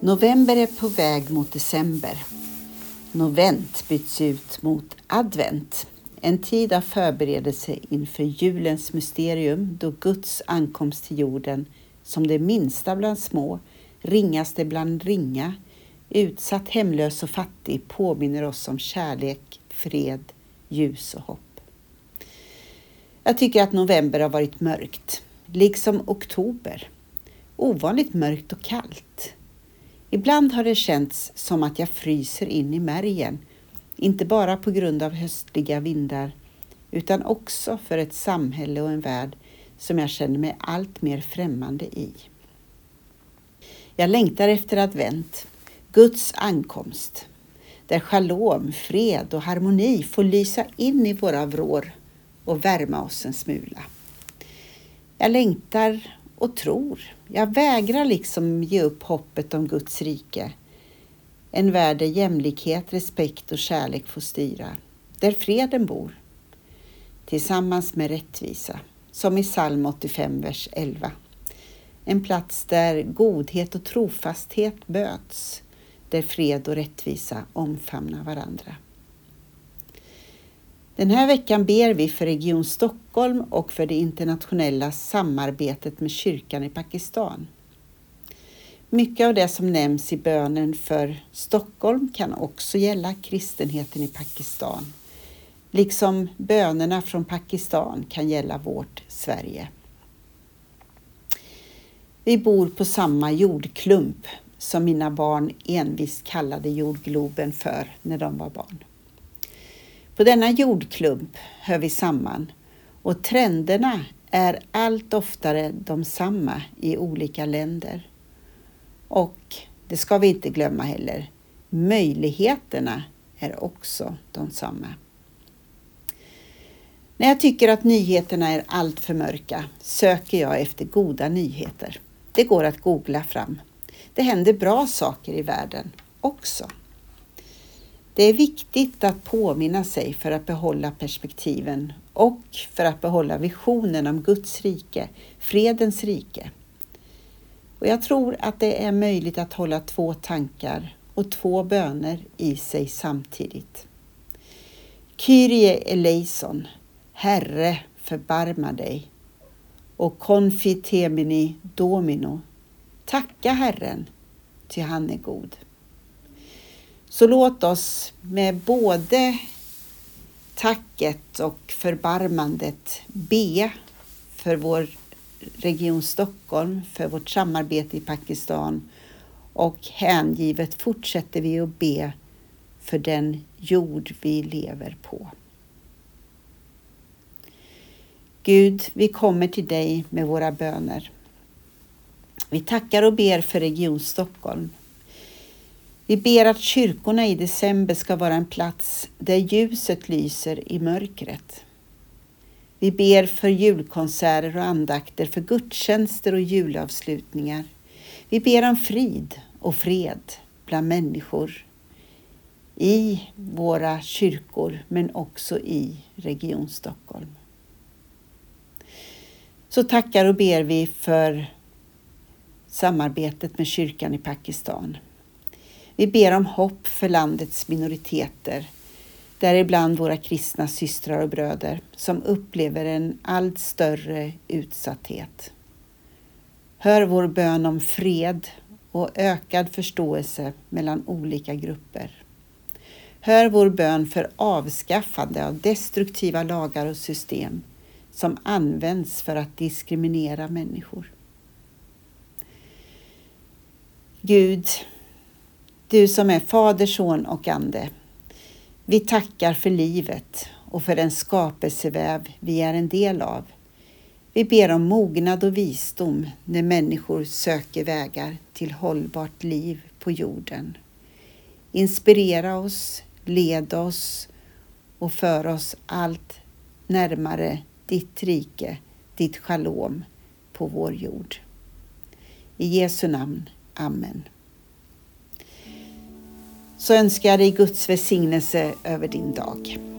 November är på väg mot december. Novent byts ut mot advent. En tid av förberedelse inför julens mysterium då Guds ankomst till jorden som det minsta bland små, ringaste bland ringa, utsatt, hemlös och fattig påminner oss om kärlek, fred, ljus och hopp. Jag tycker att november har varit mörkt, liksom oktober. Ovanligt mörkt och kallt. Ibland har det känts som att jag fryser in i märgen, inte bara på grund av höstliga vindar, utan också för ett samhälle och en värld som jag känner mig allt mer främmande i. Jag längtar efter advent, Guds ankomst, där shalom, fred och harmoni får lysa in i våra vrår och värma oss en smula. Jag längtar och tror. Jag vägrar liksom ge upp hoppet om Guds rike. En värld där jämlikhet, respekt och kärlek får styra. Där freden bor. Tillsammans med rättvisa. Som i psalm 85, vers 11. En plats där godhet och trofasthet möts. Där fred och rättvisa omfamnar varandra. Den här veckan ber vi för Region Stockholm och för det internationella samarbetet med kyrkan i Pakistan. Mycket av det som nämns i bönen för Stockholm kan också gälla kristenheten i Pakistan. Liksom bönerna från Pakistan kan gälla vårt Sverige. Vi bor på samma jordklump som mina barn envist kallade jordgloben för när de var barn. På denna jordklump hör vi samman och trenderna är allt oftare de samma i olika länder. Och det ska vi inte glömma heller, möjligheterna är också de samma. När jag tycker att nyheterna är allt för mörka söker jag efter goda nyheter. Det går att googla fram. Det händer bra saker i världen också. Det är viktigt att påminna sig för att behålla perspektiven och för att behålla visionen om Guds rike, fredens rike. Och jag tror att det är möjligt att hålla 2 tankar och 2 böner i sig samtidigt. Kyrie eleison, Herre förbarma dig. Och confitemini domino, tacka Herren, ty han är god. Så låt oss med både tacket och förbarmandet be för vår Region Stockholm, för vårt samarbete i Pakistan och hängivet fortsätter vi att be för den jord vi lever på. Gud, vi kommer till dig med våra böner. Vi tackar och ber för Region Stockholm. Vi ber att kyrkorna i december ska vara en plats där ljuset lyser i mörkret. Vi ber för julkonserter och andakter, för gudstjänster och julavslutningar. Vi ber om frid och fred bland människor i våra kyrkor men också i Region Stockholm. Så tackar och ber vi för samarbetet med kyrkan i Pakistan. Vi ber om hopp för landets minoriteter, däribland våra kristna systrar och bröder som upplever en allt större utsatthet. Hör vår bön om fred och ökad förståelse mellan olika grupper. Hör vår bön för avskaffande av destruktiva lagar och system som används för att diskriminera människor. Gud, du som är Fader, Son och Ande, vi tackar för livet och för den skapelseväv vi är en del av. Vi ber om mognad och visdom när människor söker vägar till hållbart liv på jorden. Inspirera oss, led oss och för oss allt närmare ditt rike, ditt shalom på vår jord. I Jesu namn, amen. Så önskar jag dig Guds välsignelse över din dag.